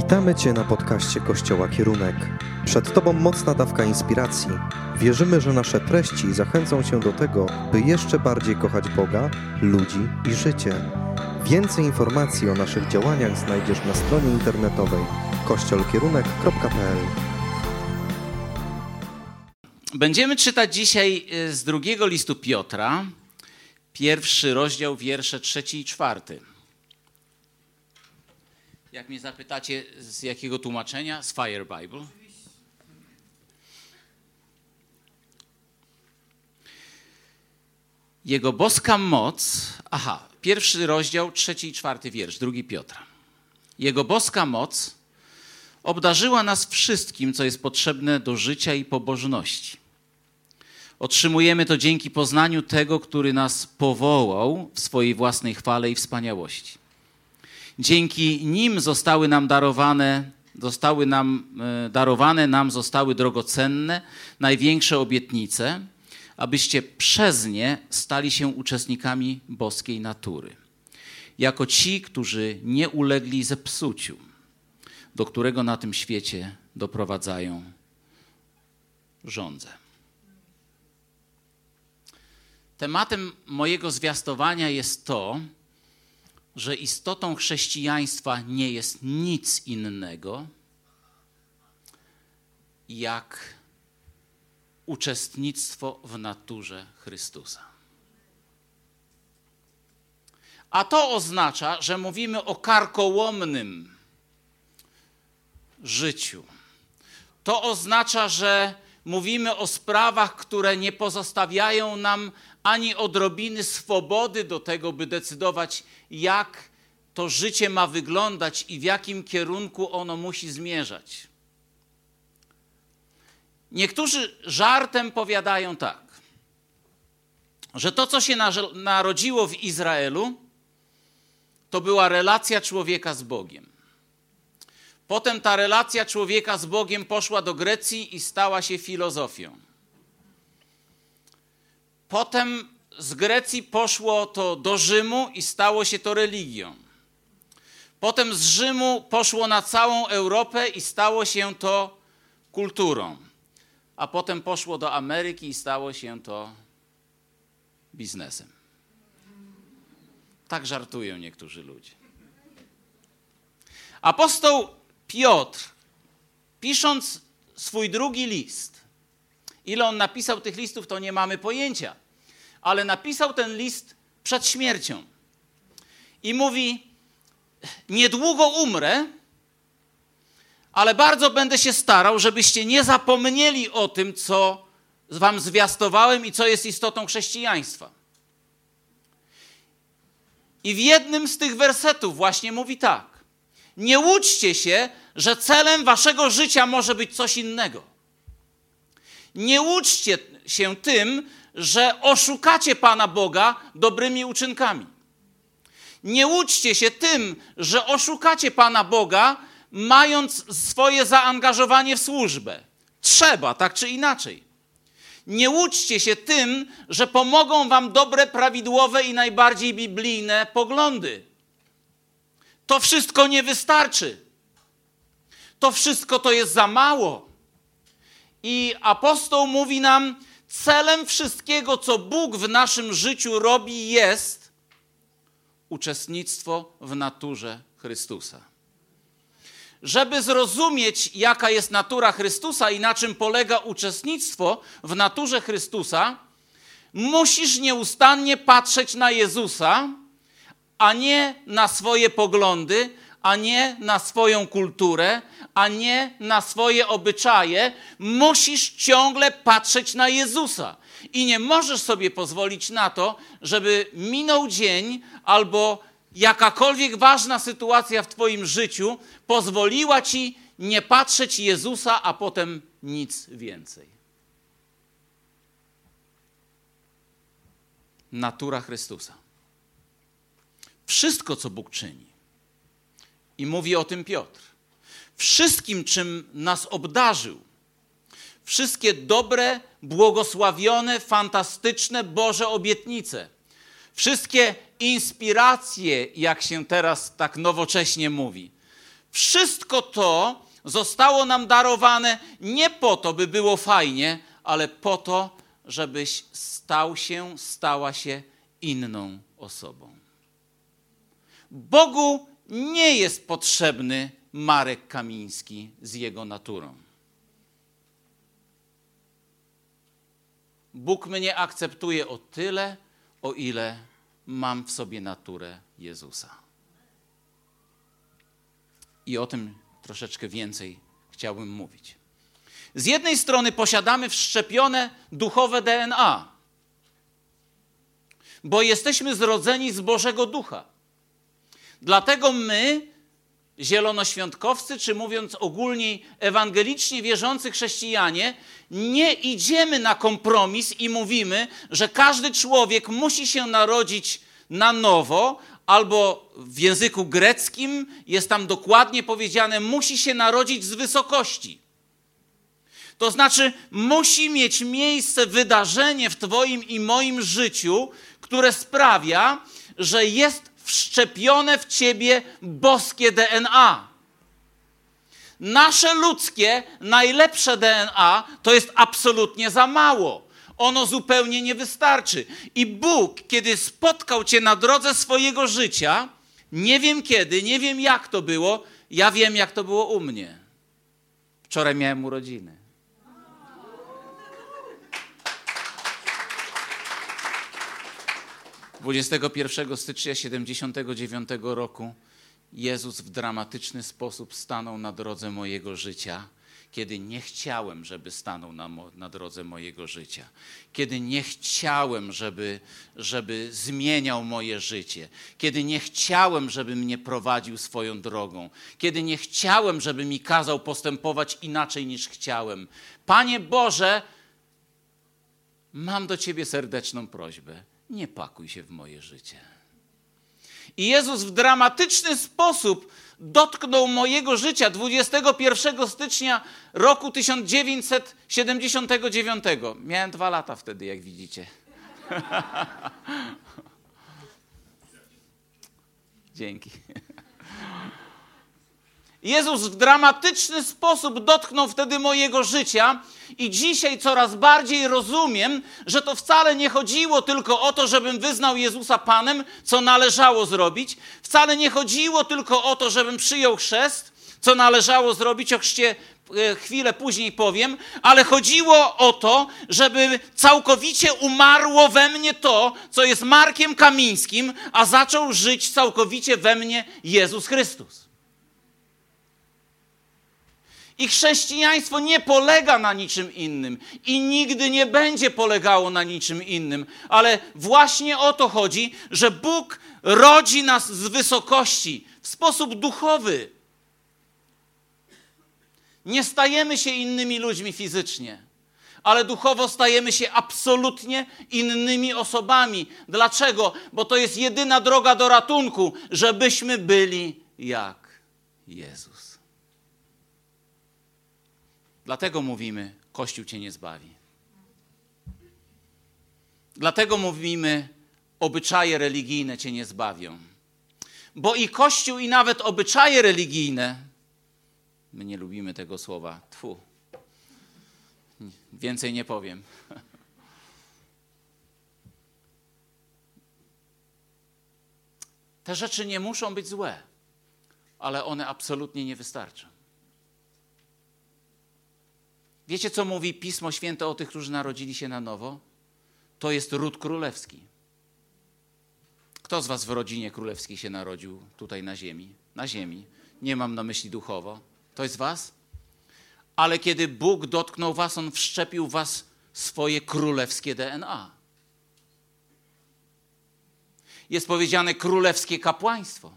Witamy Cię na podcaście Kościoła Kierunek. Przed Tobą mocna dawka inspiracji. Wierzymy, że nasze treści zachęcą Cię do tego, by jeszcze bardziej kochać Boga, ludzi i życie. Więcej informacji o naszych działaniach znajdziesz na stronie internetowej kościolkierunek.pl. Będziemy czytać dzisiaj z drugiego listu Piotra, 1 rozdział, wiersze 3 i 4. Jak mnie zapytacie, z jakiego tłumaczenia? Z Fire Bible. Jego boska moc, 1 rozdział, 3 i 4 wiersz, 2 Piotra. Jego boska moc obdarzyła nas wszystkim, co jest potrzebne do życia i pobożności. Otrzymujemy to dzięki poznaniu tego, który nas powołał w swojej własnej chwale i wspaniałości. Dzięki nim zostały drogocenne, największe obietnice, abyście przez nie stali się uczestnikami boskiej natury. Jako ci, którzy nie ulegli zepsuciu, do którego na tym świecie doprowadzają żądze. Tematem mojego zwiastowania jest to, że istotą chrześcijaństwa nie jest nic innego, jak uczestnictwo w naturze Chrystusa. A to oznacza, że mówimy o karkołomnym życiu. To oznacza, że mówimy o sprawach, które nie pozostawiają nam ani odrobiny swobody do tego, by decydować, jak to życie ma wyglądać i w jakim kierunku ono musi zmierzać. Niektórzy żartem powiadają tak, że to, co się narodziło w Izraelu, to była relacja człowieka z Bogiem. Potem ta relacja człowieka z Bogiem poszła do Grecji i stała się filozofią. Potem z Grecji poszło to do Rzymu i stało się to religią. Potem z Rzymu poszło na całą Europę i stało się to kulturą. A potem poszło do Ameryki i stało się to biznesem. Tak żartują niektórzy ludzie. Apostoł Piotr, pisząc swój drugi list, ile on napisał tych listów, to nie mamy pojęcia, ale napisał ten list przed śmiercią. I mówi, niedługo umrę, ale bardzo będę się starał, żebyście nie zapomnieli o tym, co wam zwiastowałem i co jest istotą chrześcijaństwa. I w jednym z tych wersetów właśnie mówi tak. Nie łudźcie się, że celem waszego życia może być coś innego. Nie łudźcie się tym, że oszukacie Pana Boga dobrymi uczynkami. Nie łudźcie się tym, że oszukacie Pana Boga, mając swoje zaangażowanie w służbę. Trzeba, tak czy inaczej. Nie łudźcie się tym, że pomogą wam dobre, prawidłowe i najbardziej biblijne poglądy. To wszystko nie wystarczy. To wszystko to jest za mało. I apostoł mówi nam, celem wszystkiego, co Bóg w naszym życiu robi, jest uczestnictwo w naturze Chrystusa. Żeby zrozumieć, jaka jest natura Chrystusa i na czym polega uczestnictwo w naturze Chrystusa, musisz nieustannie patrzeć na Jezusa, a nie na swoje poglądy, a nie na swoją kulturę, a nie na swoje obyczaje. Musisz ciągle patrzeć na Jezusa. I nie możesz sobie pozwolić na to, żeby minął dzień albo jakakolwiek ważna sytuacja w twoim życiu pozwoliła ci nie patrzeć Jezusa, a potem nic więcej. Natura Chrystusa. Wszystko, co Bóg czyni, i mówi o tym Piotr, wszystkim, czym nas obdarzył, wszystkie dobre, błogosławione, fantastyczne Boże obietnice, wszystkie inspiracje, jak się teraz tak nowocześnie mówi, Wszystko to zostało nam darowane nie po to, by było fajnie, ale po to, żebyś stała się inną osobą. Bogu nie jest potrzebny Marek Kamiński z jego naturą. Bóg mnie akceptuje o tyle, o ile mam w sobie naturę Jezusa. I o tym troszeczkę więcej chciałbym mówić. Z jednej strony posiadamy wszczepione duchowe DNA, bo jesteśmy zrodzeni z Bożego Ducha. Dlatego my, zielonoświątkowcy, czy mówiąc ogólniej ewangelicznie wierzący chrześcijanie, nie idziemy na kompromis i mówimy, że każdy człowiek musi się narodzić na nowo, albo w języku greckim jest tam dokładnie powiedziane, musi się narodzić z wysokości. To znaczy, musi mieć miejsce wydarzenie w twoim i moim życiu, które sprawia, że jest wszczepione w ciebie boskie DNA. Nasze ludzkie, najlepsze DNA to jest absolutnie za mało. Ono zupełnie nie wystarczy. I Bóg, kiedy spotkał cię na drodze swojego życia, nie wiem kiedy, nie wiem jak to było, ja wiem jak to było u mnie. Wczoraj miałem urodziny. – 21 stycznia 1979 roku Jezus w dramatyczny sposób stanął na drodze mojego życia, kiedy nie chciałem, żeby stanął na drodze mojego życia. Kiedy nie chciałem, żeby zmieniał moje życie. Kiedy nie chciałem, żeby mnie prowadził swoją drogą. Kiedy nie chciałem, żeby mi kazał postępować inaczej niż chciałem. Panie Boże, mam do Ciebie serdeczną prośbę. Nie pakuj się w moje życie. I Jezus w dramatyczny sposób dotknął mojego życia 21 stycznia roku 1979. Miałem 2 lata wtedy, jak widzicie. Dzięki. Jezus w dramatyczny sposób dotknął wtedy mojego życia i dzisiaj coraz bardziej rozumiem, że to wcale nie chodziło tylko o to, żebym wyznał Jezusa Panem, co należało zrobić. Wcale nie chodziło tylko o to, żebym przyjął chrzest, co należało zrobić, o chrzcie chwilę później powiem, ale chodziło o to, żeby całkowicie umarło we mnie to, co jest Markiem Kamińskim, a zaczął żyć całkowicie we mnie Jezus Chrystus. I chrześcijaństwo nie polega na niczym innym i nigdy nie będzie polegało na niczym innym, ale właśnie o to chodzi, że Bóg rodzi nas z wysokości w sposób duchowy. Nie stajemy się innymi ludźmi fizycznie, ale duchowo stajemy się absolutnie innymi osobami. Dlaczego? Bo to jest jedyna droga do ratunku, żebyśmy byli jak Jezus. Dlatego mówimy, Kościół cię nie zbawi. Dlatego mówimy, obyczaje religijne cię nie zbawią. Bo i Kościół, i nawet obyczaje religijne, my nie lubimy tego słowa, więcej nie powiem. Te rzeczy nie muszą być złe, ale one absolutnie nie wystarczą. Wiecie, co mówi Pismo Święte o tych, którzy narodzili się na nowo? To jest ród królewski. Kto z was w rodzinie królewskiej się narodził tutaj na ziemi? Na ziemi. Nie mam na myśli duchowo. To jest was? Ale kiedy Bóg dotknął was, On wszczepił w was swoje królewskie DNA. Jest powiedziane królewskie kapłaństwo.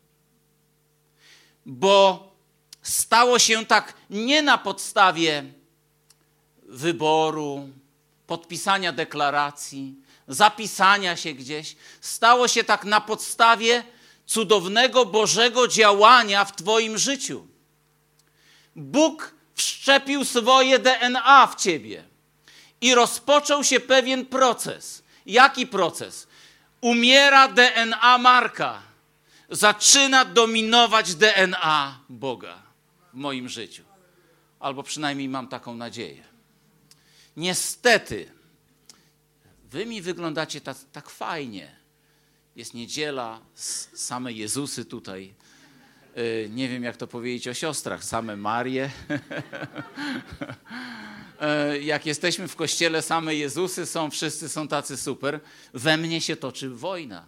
Bo stało się tak nie na podstawie wyboru, podpisania deklaracji, zapisania się gdzieś. Stało się tak na podstawie cudownego Bożego działania w twoim życiu. Bóg wszczepił swoje DNA w ciebie i rozpoczął się pewien proces. Jaki proces? Umiera DNA Marka. zaczyna dominować DNA Boga w moim życiu. Albo przynajmniej mam taką nadzieję. Niestety, wy mi wyglądacie tak fajnie. Jest niedziela, same Jezusy tutaj. Nie wiem, jak to powiedzieć o siostrach, same Marie. Jak jesteśmy w kościele, same Jezusy są, wszyscy są tacy super. We mnie się toczy wojna.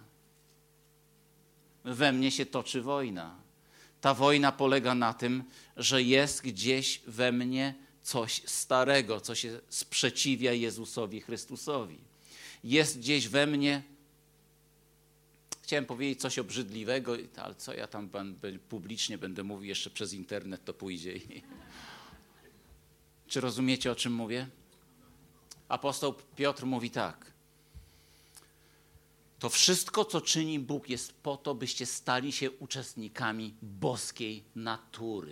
We mnie się toczy wojna. Ta wojna polega na tym, że jest gdzieś we mnie coś starego, co się sprzeciwia Jezusowi Chrystusowi. Jest gdzieś we mnie, chciałem powiedzieć coś obrzydliwego, ale co ja tam publicznie będę mówił, jeszcze przez internet to pójdzie. Czy rozumiecie, o czym mówię? Apostoł Piotr mówi tak. To wszystko, co czyni Bóg, jest po to, byście stali się uczestnikami boskiej natury.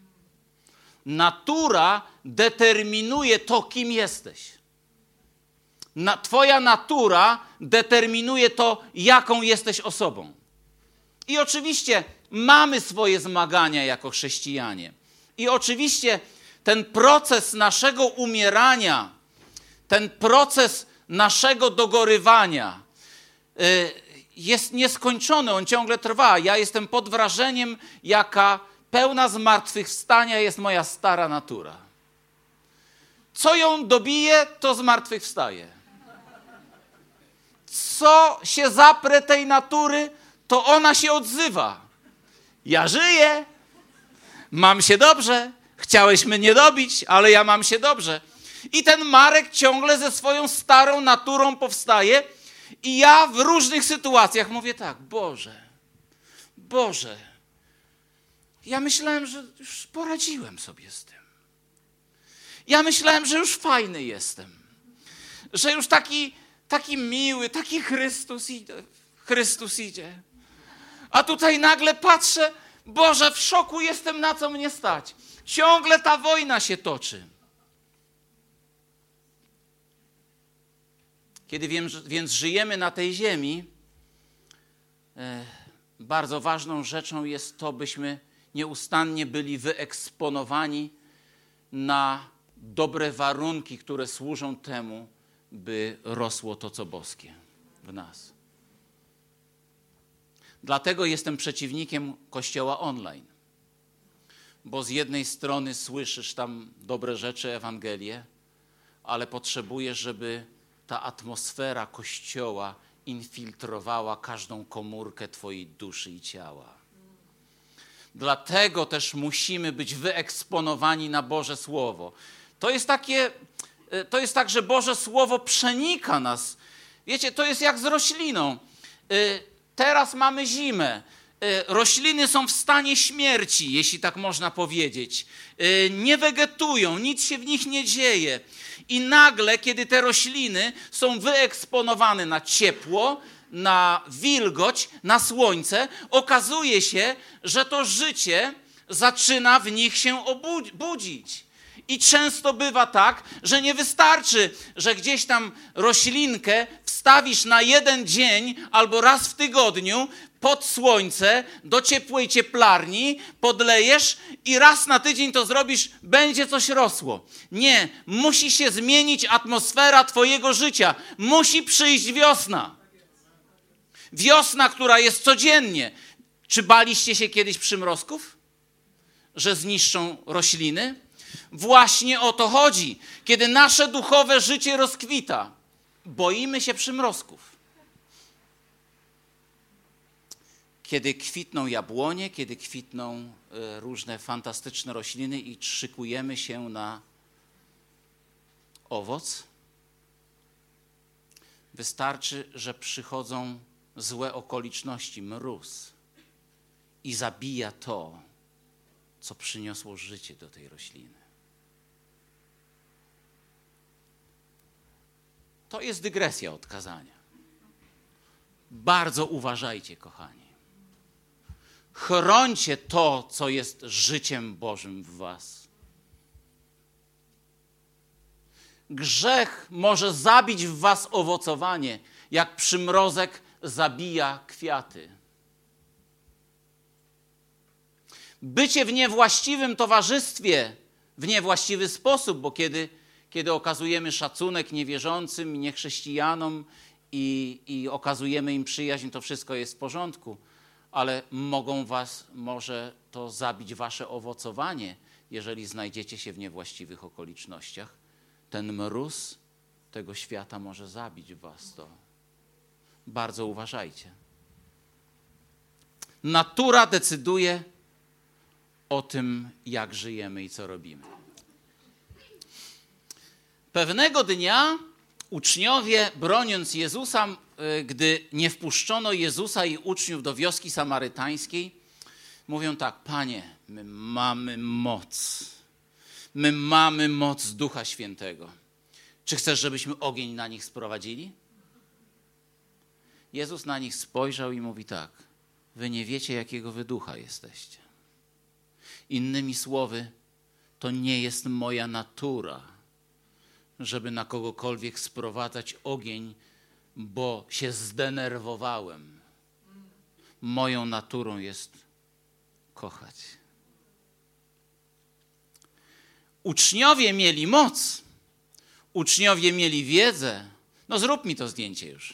Natura determinuje to, kim jesteś. Twoja natura determinuje to, jaką jesteś osobą. I oczywiście mamy swoje zmagania jako chrześcijanie. I oczywiście ten proces naszego umierania, ten proces naszego dogorywania jest nieskończony, on ciągle trwa. Ja jestem pod wrażeniem, jaka pełna zmartwychwstania jest moja stara natura. Co ją dobije, to zmartwychwstaje. Co się zaprę tej natury, to ona się odzywa. Ja żyję, mam się dobrze, chciałeś mnie dobić, ale ja mam się dobrze. I ten Marek ciągle ze swoją starą naturą powstaje i ja w różnych sytuacjach mówię tak, Boże, ja myślałem, że już poradziłem sobie z tym. Ja myślałem, że już fajny jestem, że już taki miły, taki Chrystus idzie. A tutaj nagle patrzę, Boże, w szoku jestem, na co mnie stać. Ciągle ta wojna się toczy. Kiedy więc żyjemy na tej ziemi, bardzo ważną rzeczą jest to, byśmy nieustannie byli wyeksponowani na dobre warunki, które służą temu, by rosło to, co boskie w nas. Dlatego jestem przeciwnikiem kościoła online. Bo z jednej strony słyszysz tam dobre rzeczy, Ewangelię, ale potrzebujesz, żeby ta atmosfera Kościoła infiltrowała każdą komórkę twojej duszy i ciała. Dlatego też musimy być wyeksponowani na Boże Słowo. To jest tak, że Boże Słowo przenika nas. Wiecie, to jest jak z rośliną. Teraz mamy zimę. Rośliny są w stanie śmierci, jeśli tak można powiedzieć. Nie wegetują, nic się w nich nie dzieje. I nagle, kiedy te rośliny są wyeksponowane na ciepło, na wilgoć, na słońce, okazuje się, że to życie zaczyna w nich się budzić. I często bywa tak, że nie wystarczy, że gdzieś tam roślinkę wstawisz na jeden dzień albo raz w tygodniu pod słońce, do ciepłej cieplarni, podlejesz i raz na tydzień to zrobisz, będzie coś rosło. Nie, musi się zmienić atmosfera twojego życia. Musi przyjść wiosna. Wiosna, która jest codziennie. Czy baliście się kiedyś przymrozków? Że zniszczą rośliny? Właśnie o to chodzi. Kiedy nasze duchowe życie rozkwita, boimy się przymrozków. Kiedy kwitną jabłonie, kiedy kwitną różne fantastyczne rośliny i szykujemy się na owoc, wystarczy, że przychodzą złe okoliczności, mróz i zabija to, co przyniosło życie do tej rośliny. To jest dygresja od kazania. Bardzo uważajcie, kochani. Chrońcie to, co jest życiem Bożym w was. Grzech może zabić w was owocowanie, jak przymrozek zabija kwiaty. Bycie w niewłaściwym towarzystwie w niewłaściwy sposób, bo kiedy okazujemy szacunek niewierzącym i niechrześcijanom i okazujemy im przyjaźń, to wszystko jest w porządku, ale może to zabić wasze owocowanie, jeżeli znajdziecie się w niewłaściwych okolicznościach. Ten mróz tego świata może zabić was to. Bardzo uważajcie. Natura decyduje o tym, jak żyjemy i co robimy. Pewnego dnia uczniowie, broniąc Jezusa, gdy nie wpuszczono Jezusa i uczniów do wioski samarytańskiej, mówią tak: Panie, my mamy moc. My mamy moc Ducha Świętego. Czy chcesz, żebyśmy ogień na nich sprowadzili? Jezus na nich spojrzał i mówi tak: wy nie wiecie, jakiego wy ducha jesteście. Innymi słowy, to nie jest moja natura, żeby na kogokolwiek sprowadzać ogień, bo się zdenerwowałem. Moją naturą jest kochać. Uczniowie mieli moc, uczniowie mieli wiedzę. No zrób mi to zdjęcie już.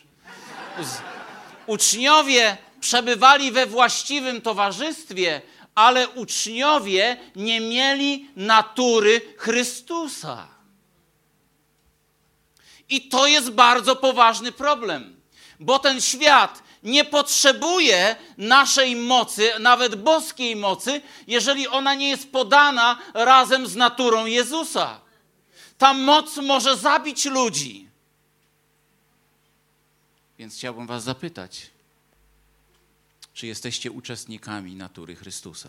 Uczniowie przebywali we właściwym towarzystwie, ale uczniowie nie mieli natury Chrystusa. I to jest bardzo poważny problem, bo ten świat nie potrzebuje naszej mocy, nawet boskiej mocy, jeżeli ona nie jest podana razem z naturą Jezusa. Ta moc może zabić ludzi. Więc chciałbym was zapytać, czy jesteście uczestnikami natury Chrystusa?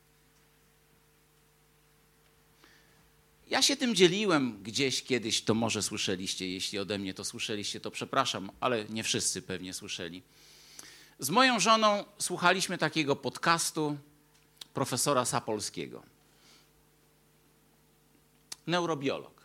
Ja się tym dzieliłem gdzieś kiedyś, to może słyszeliście, jeśli ode mnie to słyszeliście, to przepraszam, ale nie wszyscy pewnie słyszeli. Z moją żoną słuchaliśmy takiego podcastu profesora Sapolskiego. Neurobiolog.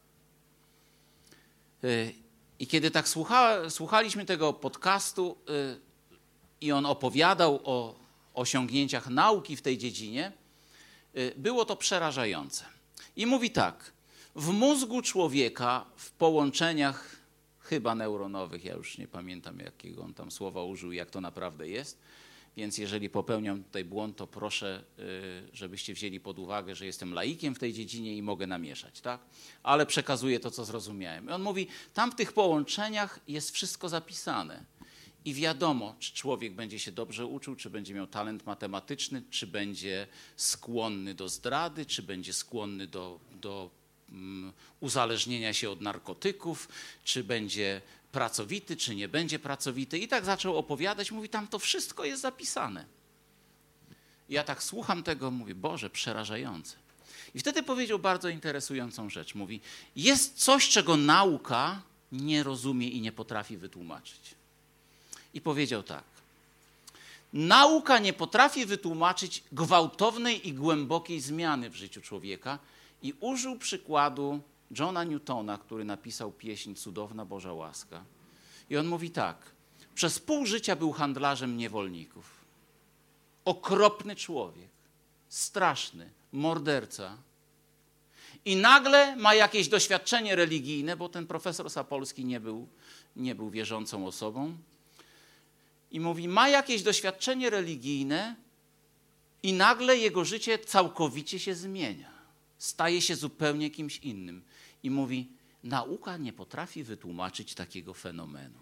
I kiedy tak słuchaliśmy tego podcastu i on opowiadał o osiągnięciach nauki w tej dziedzinie, było to przerażające. I mówi tak: w mózgu człowieka, w połączeniach chyba neuronowych, ja już nie pamiętam, jakiego on tam słowa użył, jak to naprawdę jest, więc jeżeli popełniam tutaj błąd, to proszę, żebyście wzięli pod uwagę, że jestem laikiem w tej dziedzinie i mogę namieszać, tak? Ale przekazuję to, co zrozumiałem. I on mówi, tam w tych połączeniach jest wszystko zapisane. I wiadomo, czy człowiek będzie się dobrze uczył, czy będzie miał talent matematyczny, czy będzie skłonny do zdrady, czy będzie skłonny do uzależnienia się od narkotyków, czy będzie pracowity, czy nie będzie pracowity. I tak zaczął opowiadać, mówi, tam to wszystko jest zapisane. I ja tak słucham tego, mówię, Boże, przerażające. I wtedy powiedział bardzo interesującą rzecz. Mówi, jest coś, czego nauka nie rozumie i nie potrafi wytłumaczyć. I powiedział tak: nauka nie potrafi wytłumaczyć gwałtownej i głębokiej zmiany w życiu człowieka. I użył przykładu Johna Newtona, który napisał pieśń Cudowna Boża łaska. I on mówi tak: przez pół życia był handlarzem niewolników. Okropny człowiek, straszny, morderca. I nagle ma jakieś doświadczenie religijne, bo ten profesor Sapolski nie był wierzącą osobą. I mówi, ma jakieś doświadczenie religijne i nagle jego życie całkowicie się zmienia. Staje się zupełnie kimś innym. I mówi, nauka nie potrafi wytłumaczyć takiego fenomenu.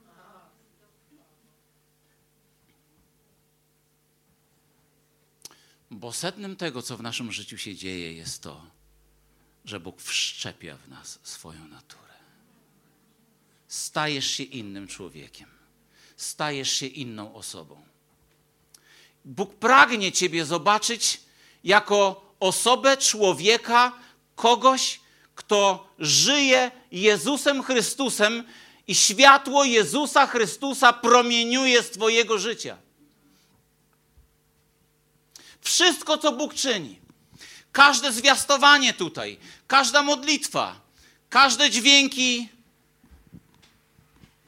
Bo sednem tego, co w naszym życiu się dzieje, jest to, że Bóg wszczepia w nas swoją naturę. Stajesz się innym człowiekiem. Stajesz się inną osobą. Bóg pragnie ciebie zobaczyć jako osobę, człowieka, kogoś, kto żyje Jezusem Chrystusem i światło Jezusa Chrystusa promieniuje z twojego życia. Wszystko, co Bóg czyni, każde zwiastowanie tutaj, każda modlitwa, każde dźwięki,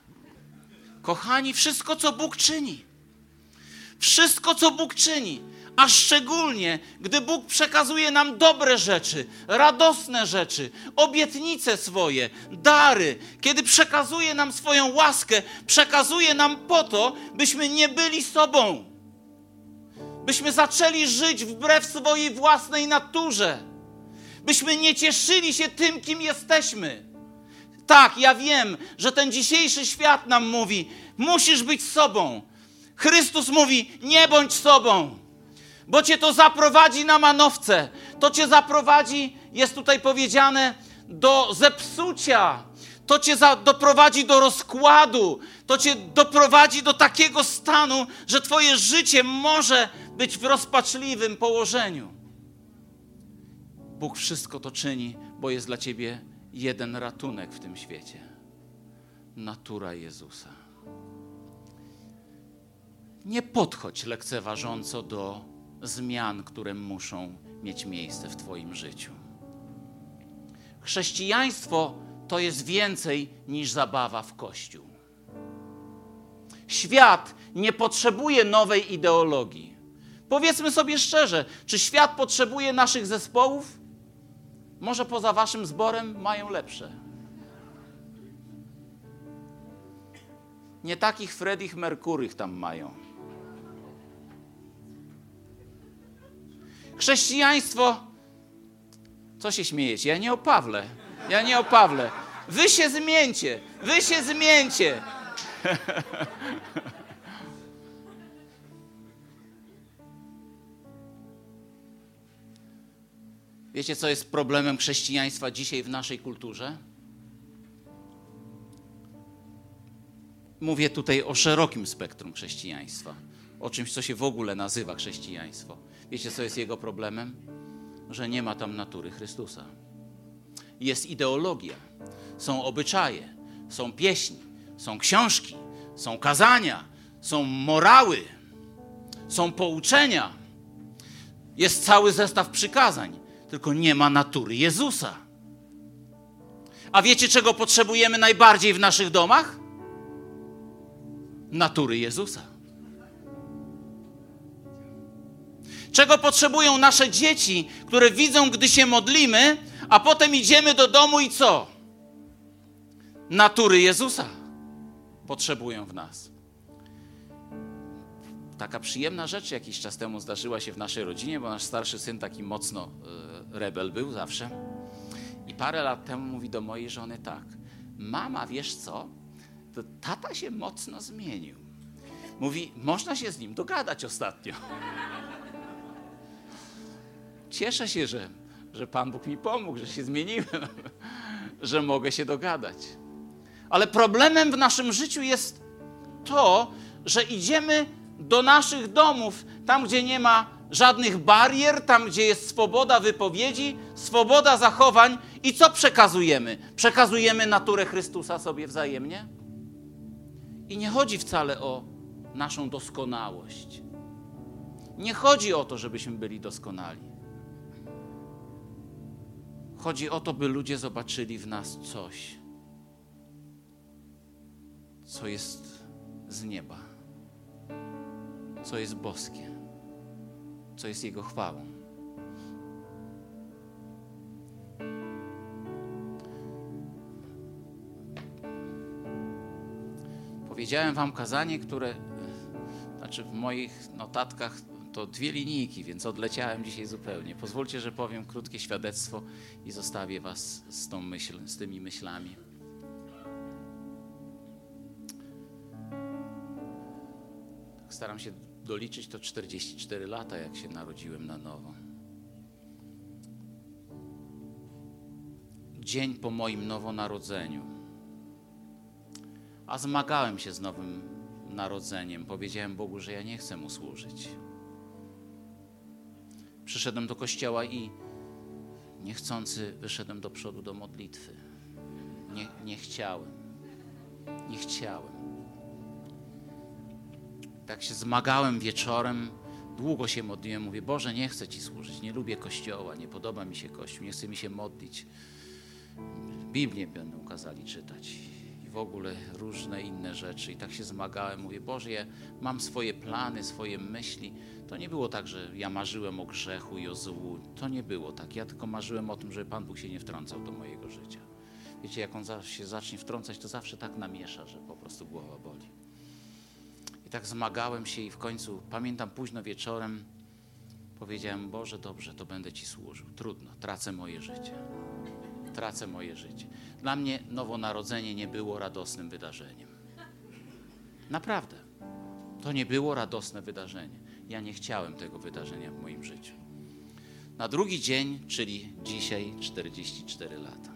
kochani, wszystko, co Bóg czyni, A szczególnie, gdy Bóg przekazuje nam dobre rzeczy, radosne rzeczy, obietnice swoje, dary, kiedy przekazuje nam swoją łaskę, przekazuje nam po to, byśmy nie byli sobą. Byśmy zaczęli żyć wbrew swojej własnej naturze. Byśmy nie cieszyli się tym, kim jesteśmy. Tak, ja wiem, że ten dzisiejszy świat nam mówi, musisz być sobą. Chrystus mówi, nie bądź sobą, bo cię to zaprowadzi na manowce. To cię zaprowadzi, jest tutaj powiedziane, do zepsucia. To cię doprowadzi do rozkładu. To cię doprowadzi do takiego stanu, że twoje życie może być w rozpaczliwym położeniu. Bóg wszystko to czyni, bo jest dla ciebie jeden ratunek w tym świecie. Natura Jezusa. Nie podchodź lekceważąco do zmian, które muszą mieć miejsce w twoim życiu. Chrześcijaństwo to jest więcej niż zabawa w kościół. Świat nie potrzebuje nowej ideologii. Powiedzmy sobie szczerze, czy świat potrzebuje naszych zespołów? Może poza waszym zborem mają lepsze. Nie takich Freddych Mercurych tam mają. Chrześcijaństwo... Co się śmiejecie? Ja nie o Pawle. Wy się zmieńcie. Wiecie, co jest problemem chrześcijaństwa dzisiaj w naszej kulturze? Mówię tutaj o szerokim spektrum chrześcijaństwa, o czymś, co się w ogóle nazywa chrześcijaństwo. Wiecie, co jest jego problemem? Że nie ma tam natury Chrystusa. Jest ideologia, są obyczaje, są pieśni, są książki, są kazania, są morały, są pouczenia. Jest cały zestaw przykazań, tylko nie ma natury Jezusa. A wiecie, czego potrzebujemy najbardziej w naszych domach? Natury Jezusa. Czego potrzebują nasze dzieci, które widzą, gdy się modlimy, a potem idziemy do domu i co? Natury Jezusa potrzebują w nas. Taka przyjemna rzecz jakiś czas temu zdarzyła się w naszej rodzinie, bo nasz starszy syn taki mocno rebel był zawsze. I parę lat temu mówi do mojej żony tak: mama, wiesz co? To tata się mocno zmienił. Mówi, można się z nim dogadać ostatnio. Cieszę się, że Pan Bóg mi pomógł, że się zmieniłem, że mogę się dogadać. Ale problemem w naszym życiu jest to, że idziemy do naszych domów, tam gdzie nie ma żadnych barier, tam gdzie jest swoboda wypowiedzi, swoboda zachowań i co przekazujemy? Przekazujemy naturę Chrystusa sobie wzajemnie? I nie chodzi wcale o naszą doskonałość. Nie chodzi o to, żebyśmy byli doskonali. Chodzi o to, by ludzie zobaczyli w nas coś, co jest z nieba, co jest boskie, co jest Jego chwałą. Powiedziałem wam kazanie, które, w moich notatkach to 2 linijki, więc odleciałem dzisiaj zupełnie. Pozwólcie, że powiem krótkie świadectwo i zostawię was z tymi myślami. Tak staram się doliczyć to 44 lata, jak się narodziłem na nowo. Dzień po moim nowonarodzeniu. A zmagałem się z nowym narodzeniem. Powiedziałem Bogu, że ja nie chcę Mu służyć. Przyszedłem do kościoła i niechcący wyszedłem do przodu do modlitwy. Nie chciałem. Tak się zmagałem wieczorem, długo się modliłem. Mówię, Boże, nie chcę Ci służyć, nie lubię kościoła, nie podoba mi się kościół, nie chce mi się modlić. Biblię będą kazali czytać. I w ogóle różne inne rzeczy. I tak się zmagałem. Mówię, Boże, ja mam swoje plany, swoje myśli. To nie było tak, że ja marzyłem o grzechu i o złu. To nie było tak. Ja tylko marzyłem o tym, żeby Pan Bóg się nie wtrącał do mojego życia. Wiecie, jak On się zacznie wtrącać, to zawsze tak namiesza, że po prostu głowa boli. I tak zmagałem się i w końcu, pamiętam późno wieczorem, powiedziałem, Boże, dobrze, to będę Ci służył. Trudno, tracę moje życie. Tracę moje życie. Dla mnie nowonarodzenie nie było radosnym wydarzeniem. Naprawdę. To nie było radosne wydarzenie. Ja nie chciałem tego wydarzenia w moim życiu. Na drugi dzień, czyli dzisiaj 44 lata.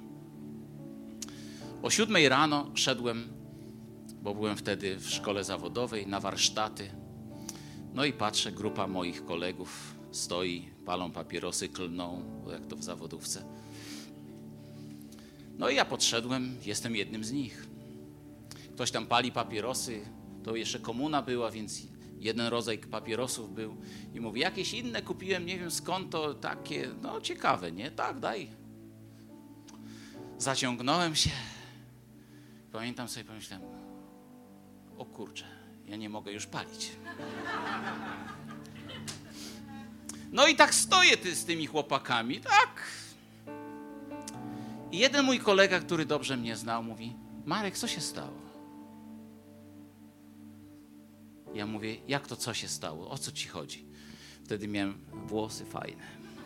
O 7 rano szedłem, bo byłem wtedy w szkole zawodowej, na warsztaty. No i patrzę, grupa moich kolegów stoi, palą papierosy, klną, jak to w zawodówce. No i ja podszedłem, jestem jednym z nich. Ktoś tam pali papierosy, to jeszcze komuna była, więc jeden rodzaj papierosów był. I mówi, jakieś inne kupiłem, nie wiem skąd to takie, no ciekawe, nie? Tak, daj. Zaciągnąłem się. Pamiętam sobie, pomyślałem, o kurczę, ja nie mogę już palić. No i tak stoję z tymi chłopakami, tak. I jeden mój kolega, który dobrze mnie znał, mówi, Marek, co się stało? Ja mówię, jak to co się stało? O co ci chodzi? Wtedy miałem włosy fajne.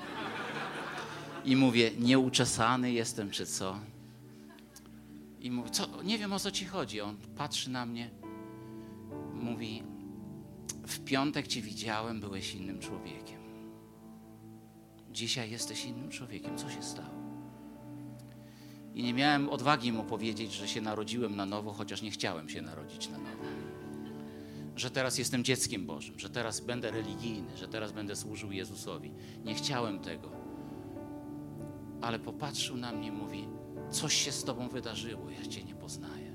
I mówię, nieuczesany jestem, czy co? I mówi, co? Nie wiem, o co ci chodzi. On patrzy na mnie, mówi, w piątek cię widziałem, byłeś innym człowiekiem. Dzisiaj jesteś innym człowiekiem. Co się stało? I nie miałem odwagi mu powiedzieć, że się narodziłem na nowo, chociaż nie chciałem się narodzić na nowo. Że teraz jestem dzieckiem Bożym, że teraz będę religijny, że teraz będę służył Jezusowi. Nie chciałem tego. Ale popatrzył na mnie i mówi, coś się z tobą wydarzyło, ja cię nie poznaję.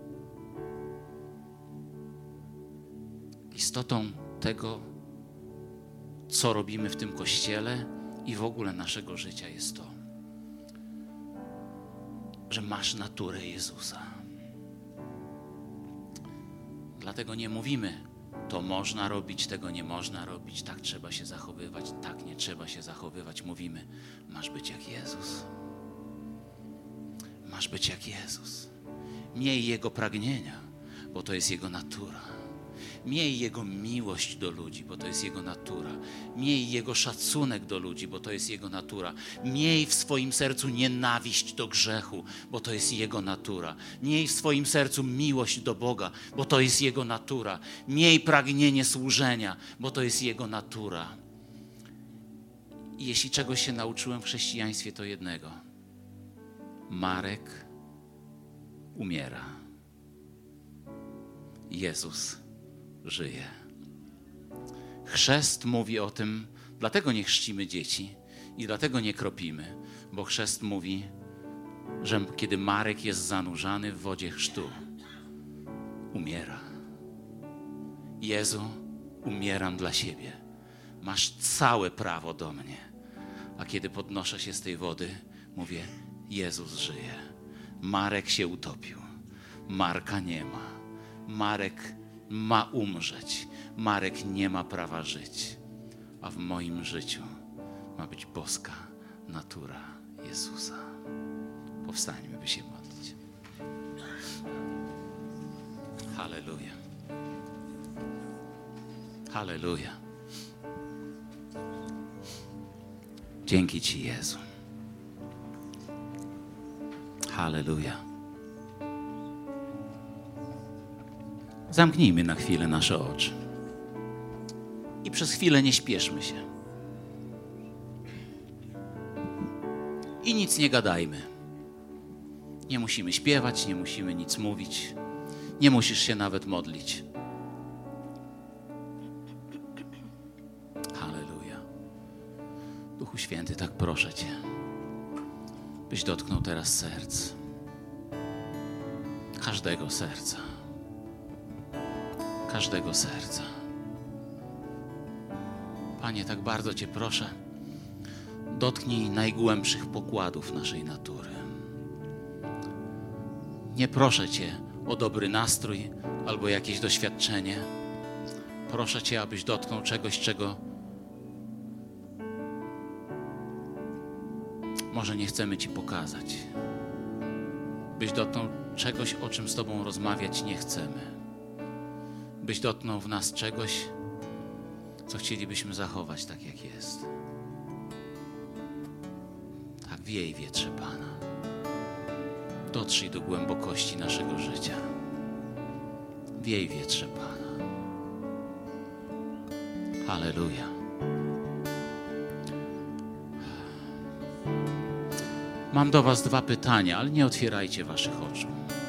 Istotą tego, co robimy w tym kościele i w ogóle naszego życia jest to, że masz naturę Jezusa. Dlatego nie mówimy, to można robić, tego nie można robić, tak trzeba się zachowywać, tak nie trzeba się zachowywać. Mówimy, masz być jak Jezus. Masz być jak Jezus. Miej Jego pragnienia, bo to jest Jego natura. Miej Jego miłość do ludzi, bo to jest Jego natura. Miej Jego szacunek do ludzi, bo to jest Jego natura. Miej w swoim sercu nienawiść do grzechu, bo to jest Jego natura. Miej w swoim sercu miłość do Boga, bo to jest Jego natura. Miej pragnienie służenia, bo to jest Jego natura. I jeśli czegoś się nauczyłem w chrześcijaństwie, to jednego. Marek umiera. Jezus żyje. Chrzest mówi o tym, dlatego nie chrzcimy dzieci i dlatego nie kropimy, bo chrzest mówi, że kiedy Marek jest zanurzany w wodzie chrztu, umiera. Jezu, umieram dla siebie. Masz całe prawo do mnie. A kiedy podnoszę się z tej wody, mówię, Jezus żyje. Marek się utopił. Marka nie ma. Marek ma umrzeć. Marek nie ma prawa żyć. A w moim życiu ma być boska natura Jezusa. Powstańmy, by się modlić. Halleluja. Halleluja. Dzięki Ci, Jezu. Halleluja. Zamknijmy na chwilę nasze oczy. I przez chwilę nie śpieszmy się. I nic nie gadajmy. Nie musimy śpiewać, nie musimy nic mówić. Nie musisz się nawet modlić. Halleluja. Duchu Święty, tak proszę Cię, byś dotknął teraz serc. Każdego serca. Każdego serca. Panie, tak bardzo Cię proszę, dotknij najgłębszych pokładów naszej natury. Nie proszę Cię o dobry nastrój albo jakieś doświadczenie. Proszę Cię, abyś dotknął czegoś, czego może nie chcemy Ci pokazać. Byś dotknął czegoś, o czym z Tobą rozmawiać nie chcemy. Byś dotknął w nas czegoś, co chcielibyśmy zachować tak, jak jest. Tak, wiej wietrze Pana. Dotrzyj do głębokości naszego życia. Wiej wietrze Pana. Halleluja. Mam do was 2 pytania, ale nie otwierajcie waszych oczu.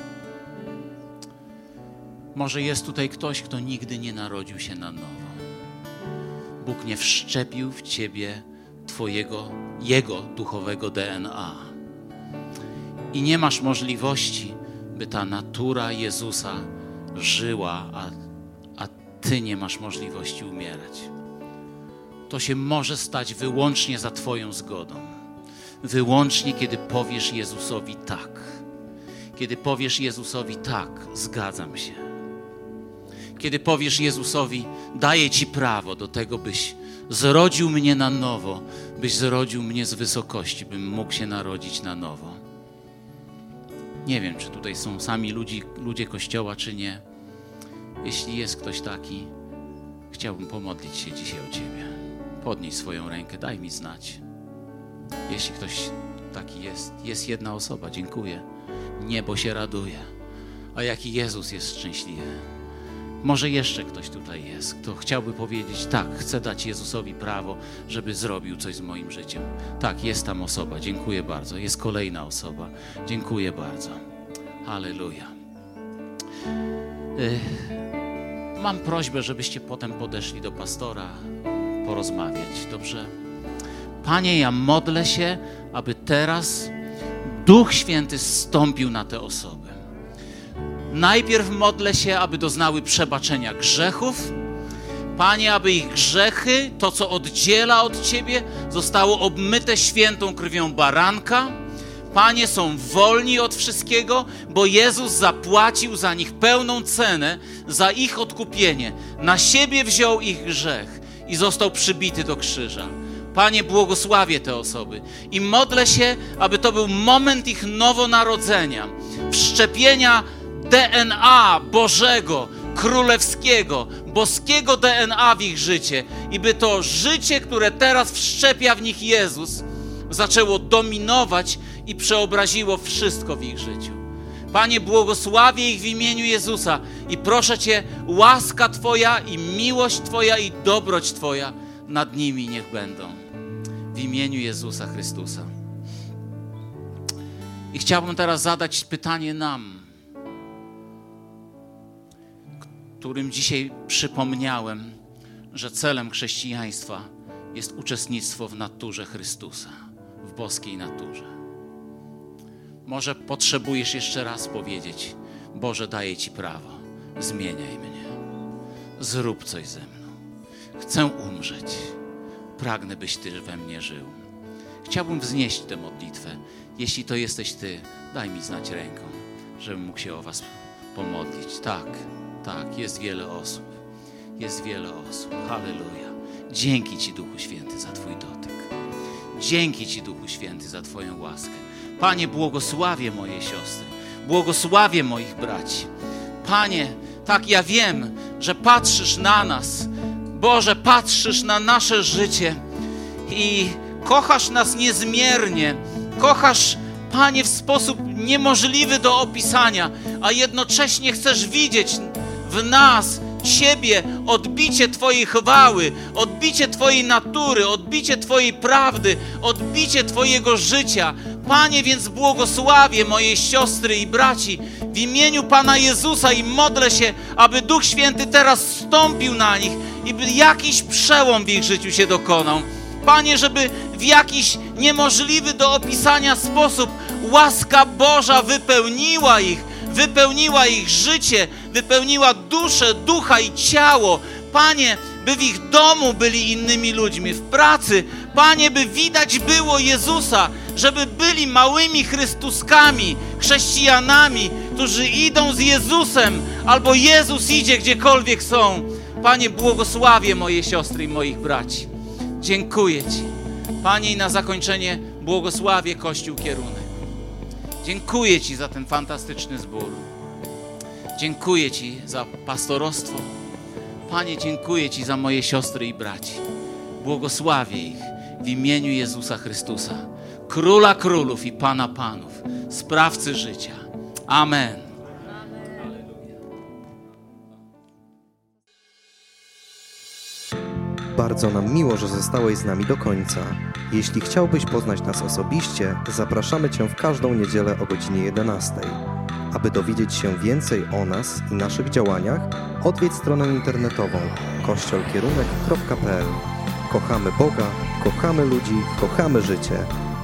Może jest tutaj ktoś, kto nigdy nie narodził się na nowo. Bóg nie wszczepił w ciebie Jego duchowego DNA. I nie masz możliwości, by ta natura Jezusa żyła, a ty nie masz możliwości umierać. To się może stać wyłącznie za twoją zgodą. Wyłącznie, kiedy powiesz Jezusowi tak. Kiedy powiesz Jezusowi tak, zgadzam się. Kiedy powiesz Jezusowi, daję Ci prawo do tego, byś zrodził mnie na nowo, byś zrodził mnie z wysokości, bym mógł się narodzić na nowo. Nie wiem, czy tutaj są sami ludzie Kościoła, czy nie. Jeśli jest ktoś taki, chciałbym pomodlić się dzisiaj o Ciebie. Podnieś swoją rękę, daj mi znać. Jeśli ktoś taki jest jedna osoba, dziękuję. Niebo się raduje. A jaki Jezus jest szczęśliwy. Może jeszcze ktoś tutaj jest, kto chciałby powiedzieć, tak, chcę dać Jezusowi prawo, żeby zrobił coś z moim życiem. Tak, jest tam osoba, dziękuję bardzo. Jest kolejna osoba, dziękuję bardzo. Halleluja. Mam prośbę, żebyście potem podeszli do pastora porozmawiać, dobrze? Panie, ja modlę się, aby teraz Duch Święty zstąpił na te osoby. Najpierw modlę się, aby doznały przebaczenia grzechów. Panie, aby ich grzechy, to co oddziela od Ciebie, zostało obmyte świętą krwią baranka. Panie, są wolni od wszystkiego, bo Jezus zapłacił za nich pełną cenę, za ich odkupienie. Na siebie wziął ich grzech i został przybity do krzyża. Panie, błogosławię te osoby i modlę się, aby to był moment ich nowonarodzenia, wszczepienia DNA Bożego, królewskiego, boskiego DNA w ich życie i by to życie, które teraz wszczepia w nich Jezus, zaczęło dominować i przeobraziło wszystko w ich życiu. Panie, błogosławię ich w imieniu Jezusa i proszę Cię, łaska Twoja i miłość Twoja i dobroć Twoja nad nimi niech będą. W imieniu Jezusa Chrystusa. I chciałbym teraz zadać pytanie nam, którym dzisiaj przypomniałem, że celem chrześcijaństwa jest uczestnictwo w naturze Chrystusa, w boskiej naturze. Może potrzebujesz jeszcze raz powiedzieć, Boże, daję Ci prawo, zmieniaj mnie, zrób coś ze mną, chcę umrzeć, pragnę, byś Ty we mnie żył. Chciałbym wznieść tę modlitwę. Jeśli to jesteś Ty, daj mi znać ręką, żebym mógł się o Was pomodlić. Tak, jest wiele osób. Jest wiele osób. Halleluja. Dzięki Ci, Duchu Święty, za Twój dotyk. Dzięki Ci, Duchu Święty, za Twoją łaskę. Panie, błogosławię moje siostry. Błogosławię moich braci. Panie, tak ja wiem, że patrzysz na nas. Boże, patrzysz na nasze życie i kochasz nas niezmiernie. Kochasz, Panie, w sposób niemożliwy do opisania, a jednocześnie chcesz widzieć w nas Ciebie, odbicie Twojej chwały, odbicie Twojej natury, odbicie Twojej prawdy, odbicie Twojego życia. Panie, więc błogosławię moje siostry i braci w imieniu Pana Jezusa i modlę się, aby Duch Święty teraz zstąpił na nich i by jakiś przełom w ich życiu się dokonał. Panie, żeby w jakiś niemożliwy do opisania sposób łaska Boża wypełniła ich życie, wypełniła duszę, ducha i ciało. Panie, by w ich domu byli innymi ludźmi, w pracy. Panie, by widać było Jezusa, żeby byli małymi Chrystuskami, chrześcijanami, którzy idą z Jezusem, albo Jezus idzie gdziekolwiek są. Panie, błogosławię moje siostry i moich braci. Dziękuję Ci. Panie, i na zakończenie błogosławię Kościół Kierunek. Dziękuję Ci za ten fantastyczny zbór. Dziękuję Ci za pastorostwo. Panie, dziękuję Ci za moje siostry i braci. Błogosławię ich w imieniu Jezusa Chrystusa, Króla Królów i Pana Panów, Sprawcy życia. Amen. Bardzo nam miło, że zostałeś z nami do końca. Jeśli chciałbyś poznać nas osobiście, zapraszamy Cię w każdą niedzielę o godzinie 11. Aby dowiedzieć się więcej o nas i naszych działaniach, odwiedź stronę internetową kościolkierunek.pl. Kochamy Boga, kochamy ludzi, kochamy życie.